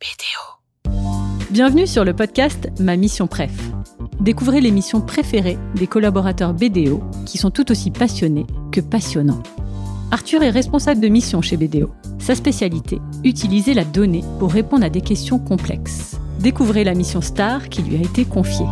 BDO. Bienvenue sur le podcast Ma Mission Préf. Découvrez les missions préférées des collaborateurs BDO qui sont tout aussi passionnés que passionnants. Arthur est responsable de mission chez BDO. Sa spécialité, utiliser la donnée pour répondre à des questions complexes. Découvrez la mission star qui lui a été confiée.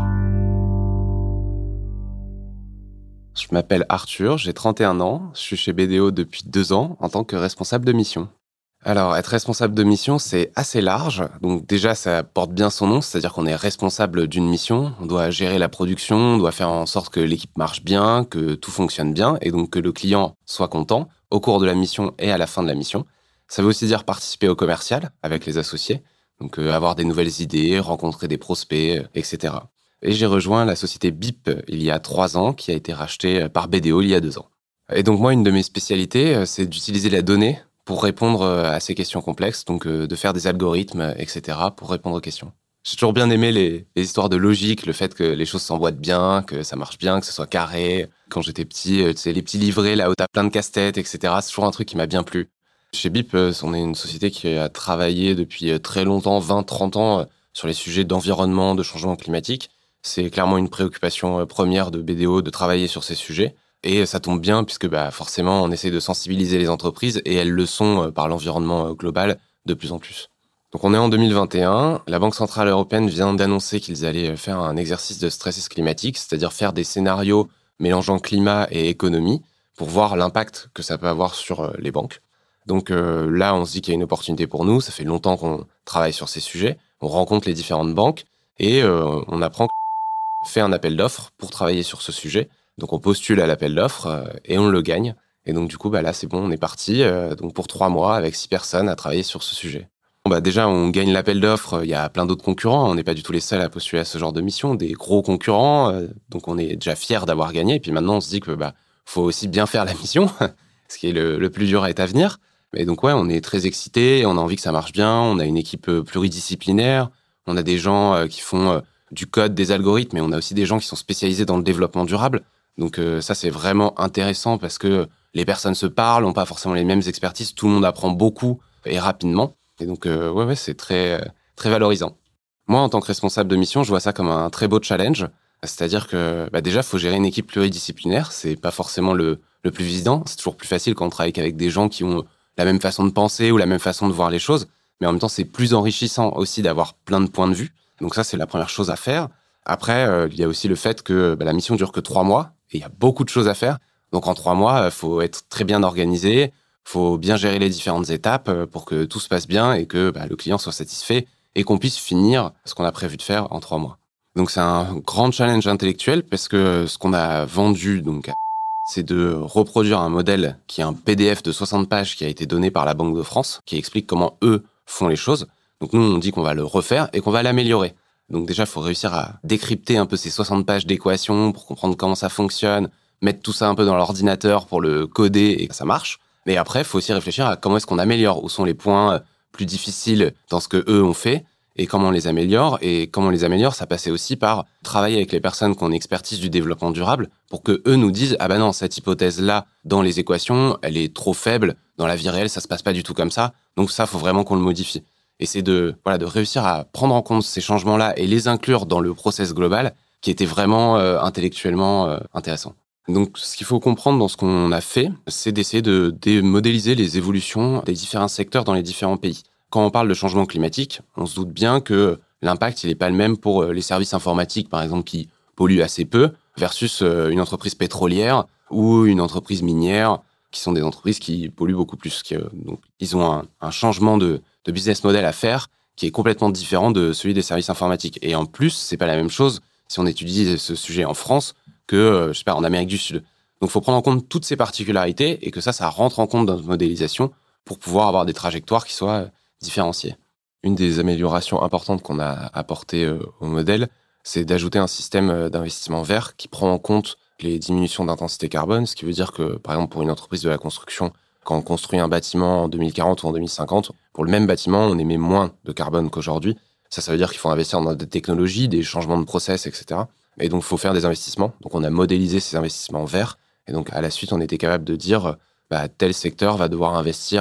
Je m'appelle Arthur, j'ai 31 ans, je suis chez BDO depuis 2 ans en tant que responsable de mission. Alors, être responsable de mission, c'est assez large. Donc déjà, ça porte bien son nom, c'est-à-dire qu'on est responsable d'une mission. On doit gérer la production, on doit faire en sorte que l'équipe marche bien, que tout fonctionne bien, et donc que le client soit content au cours de la mission et à la fin de la mission. Ça veut aussi dire participer au commercial avec les associés, donc avoir des nouvelles idées, rencontrer des prospects, etc. Et j'ai rejoint la société BIP il y a 3 ans, qui a été rachetée par BDO il y a 2 ans. Et donc moi, une de mes spécialités, c'est d'utiliser la donnée pour répondre à ces questions complexes, donc de faire des algorithmes, etc., pour répondre aux questions. J'ai toujours bien aimé les histoires de logique, le fait que les choses s'emboîtent bien, que ça marche bien, que ce soit carré. Quand j'étais petit, tu sais, les petits livrets là où t'as plein de casse-têtes, etc., c'est toujours un truc qui m'a bien plu. Chez BIP, on est une société qui a travaillé depuis très longtemps, 20-30 ans, sur les sujets d'environnement, de changement climatique. C'est clairement une préoccupation première de BDO de travailler sur ces sujets. Et ça tombe bien puisque forcément, on essaie de sensibiliser les entreprises et elles le sont par l'environnement global de plus en plus. Donc on est en 2021, la Banque Centrale Européenne vient d'annoncer qu'ils allaient faire un exercice de stress climatique, c'est-à-dire faire des scénarios mélangeant climat et économie pour voir l'impact que ça peut avoir sur les banques. Donc là, on se dit qu'il y a une opportunité pour nous, ça fait longtemps qu'on travaille sur ces sujets, on rencontre les différentes banques et on apprend qu'on fait un appel d'offres pour travailler sur ce sujet. Donc on postule à l'appel d'offres et on le gagne. Et donc du coup, là c'est bon, on est parti donc pour 3 mois avec 6 personnes à travailler sur ce sujet. Déjà, on gagne l'appel d'offres, il y a plein d'autres concurrents, on n'est pas du tout les seuls à postuler à ce genre de mission, des gros concurrents, donc on est déjà fiers d'avoir gagné. Et puis maintenant, on se dit que faut aussi bien faire la mission, ce qui est le plus dur est à venir. Mais donc on est très excités, on a envie que ça marche bien, on a une équipe pluridisciplinaire, on a des gens qui font du code, des algorithmes, mais on a aussi des gens qui sont spécialisés dans le développement durable. Donc ça, c'est vraiment intéressant parce que les personnes se parlent, n'ont pas forcément les mêmes expertises, tout le monde apprend beaucoup et rapidement. Et donc, c'est très, très valorisant. Moi, en tant que responsable de mission, je vois ça comme un très beau challenge. C'est-à-dire que déjà, il faut gérer une équipe pluridisciplinaire. C'est pas forcément le plus évident. C'est toujours plus facile quand on travaille avec des gens qui ont la même façon de penser ou la même façon de voir les choses. Mais en même temps, c'est plus enrichissant aussi d'avoir plein de points de vue. Donc ça, c'est la première chose à faire. Après, il y a aussi le fait que la mission dure que 3 mois. Et il y a beaucoup de choses à faire. Donc, en 3 mois, il faut être très bien organisé. Il faut bien gérer les différentes étapes pour que tout se passe bien et que le client soit satisfait et qu'on puisse finir ce qu'on a prévu de faire en 3 mois. Donc, c'est un grand challenge intellectuel parce que ce qu'on a vendu, c'est de reproduire un modèle qui est un PDF de 60 pages qui a été donné par la Banque de France, qui explique comment eux font les choses. Donc, nous, on dit qu'on va le refaire et qu'on va l'améliorer. Donc déjà, il faut réussir à décrypter un peu ces 60 pages d'équations pour comprendre comment ça fonctionne, mettre tout ça un peu dans l'ordinateur pour le coder et que ça marche. Mais après, il faut aussi réfléchir à comment est-ce qu'on améliore, où sont les points plus difficiles dans ce que eux ont fait et comment on les améliore. Et comment on les améliore, ça passait aussi par travailler avec les personnes qui ont une expertise du développement durable pour que eux nous disent « Ah non, cette hypothèse-là, dans les équations, elle est trop faible. Dans la vie réelle, ça se passe pas du tout comme ça. Donc ça, il faut vraiment qu'on le modifie. » Et c'est de réussir à prendre en compte ces changements-là et les inclure dans le process global qui était vraiment intellectuellement intéressant. Donc, ce qu'il faut comprendre dans ce qu'on a fait, c'est d'essayer de modéliser les évolutions des différents secteurs dans les différents pays. Quand on parle de changement climatique, on se doute bien que l'impact, il n'est pas le même pour les services informatiques, par exemple, qui polluent assez peu, versus une entreprise pétrolière ou une entreprise minière, qui sont des entreprises qui polluent beaucoup plus. Donc, ils ont un changement de business model à faire qui est complètement différent de celui des services informatiques. Et en plus, c'est pas la même chose si on étudie ce sujet en France que, en Amérique du Sud. Donc, il faut prendre en compte toutes ces particularités et que ça rentre en compte dans notre modélisation pour pouvoir avoir des trajectoires qui soient différenciées. Une des améliorations importantes qu'on a apportées au modèle, c'est d'ajouter un système d'investissement vert qui prend en compte les diminutions d'intensité carbone, ce qui veut dire que, par exemple, pour une entreprise de la construction, quand on construit un bâtiment en 2040 ou en 2050, pour le même bâtiment, on émet moins de carbone qu'aujourd'hui. Ça veut dire qu'il faut investir dans des technologies, des changements de process, etc. Et donc, il faut faire des investissements. Donc, on a modélisé ces investissements verts. Et donc, à la suite, on était capable de dire tel secteur va devoir investir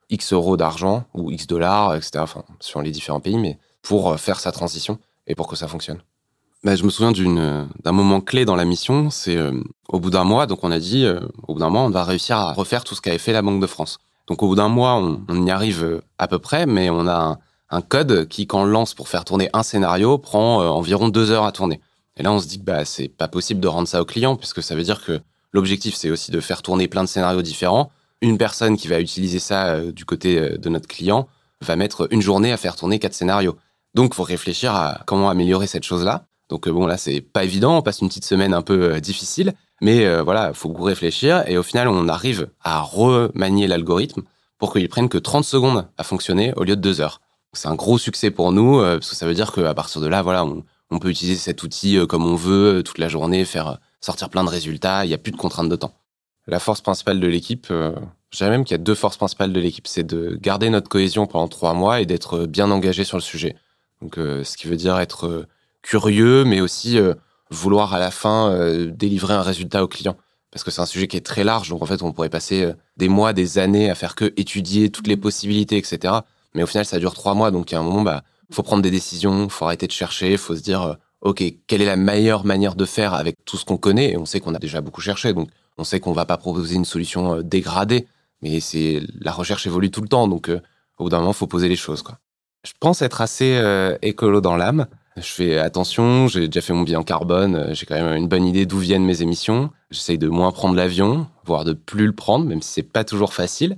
X euros d'argent ou X dollars, etc., enfin, sur les différents pays, mais pour faire sa transition et pour que ça fonctionne. Je me souviens d'un moment clé dans la mission, c'est au bout d'un mois, donc on a dit, au bout d'un mois, on va réussir à refaire tout ce qu'avait fait la Banque de France. Donc au bout d'un mois, on y arrive à peu près, mais on a un code qui, quand on le lance pour faire tourner un scénario, prend environ 2 heures à tourner. Et là, on se dit que c'est pas possible de rendre ça au client, puisque ça veut dire que l'objectif, c'est aussi de faire tourner plein de scénarios différents. Une personne qui va utiliser ça du côté de notre client va mettre une journée à faire tourner 4 scénarios. Donc, il faut réfléchir à comment améliorer cette chose-là. Donc là, c'est pas évident, on passe une petite semaine un peu difficile, mais voilà, il faut beaucoup réfléchir. Et au final, on arrive à remanier l'algorithme pour qu'il prenne que 30 secondes à fonctionner au lieu de 2 heures. C'est un gros succès pour nous, parce que ça veut dire qu'à partir de là, voilà, on peut utiliser cet outil comme on veut, toute la journée, faire sortir plein de résultats, il n'y a plus de contraintes de temps. La force principale de l'équipe, je dirais même qu'il y a 2 forces principales de l'équipe, c'est de garder notre cohésion pendant 3 mois et d'être bien engagé sur le sujet. Donc, ce qui veut dire être curieux, mais aussi vouloir à la fin délivrer un résultat au client. Parce que c'est un sujet qui est très large, donc en fait, on pourrait passer des mois, des années à faire que étudier toutes les possibilités, etc. Mais au final, ça dure 3 mois, donc il y a un moment, faut prendre des décisions, faut arrêter de chercher, faut se dire, OK, quelle est la meilleure manière de faire avec tout ce qu'on connaît? Et on sait qu'on a déjà beaucoup cherché, donc on sait qu'on va pas proposer une solution dégradée, mais la recherche évolue tout le temps, donc au bout d'un moment, faut poser les choses, quoi. Je pense être assez écolo dans l'âme. Je fais attention, j'ai déjà fait mon bilan carbone, j'ai quand même une bonne idée d'où viennent mes émissions. J'essaye de moins prendre l'avion, voire de plus le prendre, même si c'est pas toujours facile.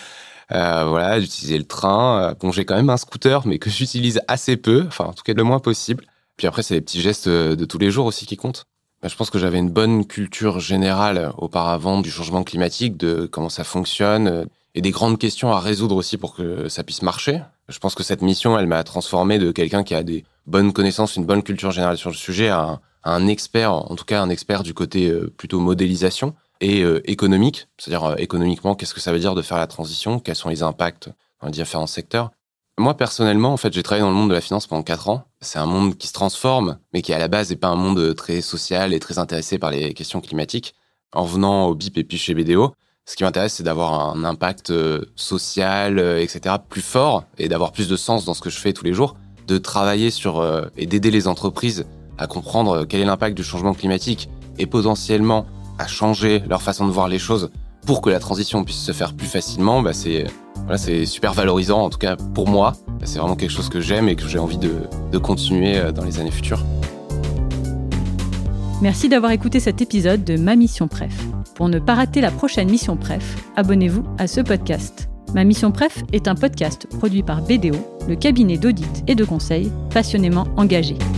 D'utiliser le train. J'ai quand même un scooter, mais que j'utilise assez peu, enfin en tout cas le moins possible. Puis après, c'est les petits gestes de tous les jours aussi qui comptent. Je pense que j'avais une bonne culture générale auparavant du changement climatique, de comment ça fonctionne, et des grandes questions à résoudre aussi pour que ça puisse marcher. Je pense que cette mission, elle m'a transformé de quelqu'un qui a des bonnes connaissances, une bonne culture générale sur le sujet, à un expert, en tout cas un expert du côté plutôt modélisation et économique. C'est-à-dire économiquement, qu'est-ce que ça veut dire de faire la transition? Quels sont les impacts dans les différents secteurs? Moi, personnellement, en fait, j'ai travaillé dans le monde de la finance pendant 4 ans. C'est un monde qui se transforme, mais qui, à la base, n'est pas un monde très social et très intéressé par les questions climatiques. En venant au BIP et puis chez BDO, ce qui m'intéresse, c'est d'avoir un impact social, etc., plus fort et d'avoir plus de sens dans ce que je fais tous les jours, de travailler sur et d'aider les entreprises à comprendre quel est l'impact du changement climatique et potentiellement à changer leur façon de voir les choses pour que la transition puisse se faire plus facilement. C'est super valorisant, en tout cas pour moi. C'est vraiment quelque chose que j'aime et que j'ai envie de continuer dans les années futures. Merci d'avoir écouté cet épisode de Ma Mission Préf. Pour ne pas rater la prochaine Mission Préf, abonnez-vous à ce podcast. Ma Mission Préf est un podcast produit par BDO, le cabinet d'audit et de conseil passionnément engagé.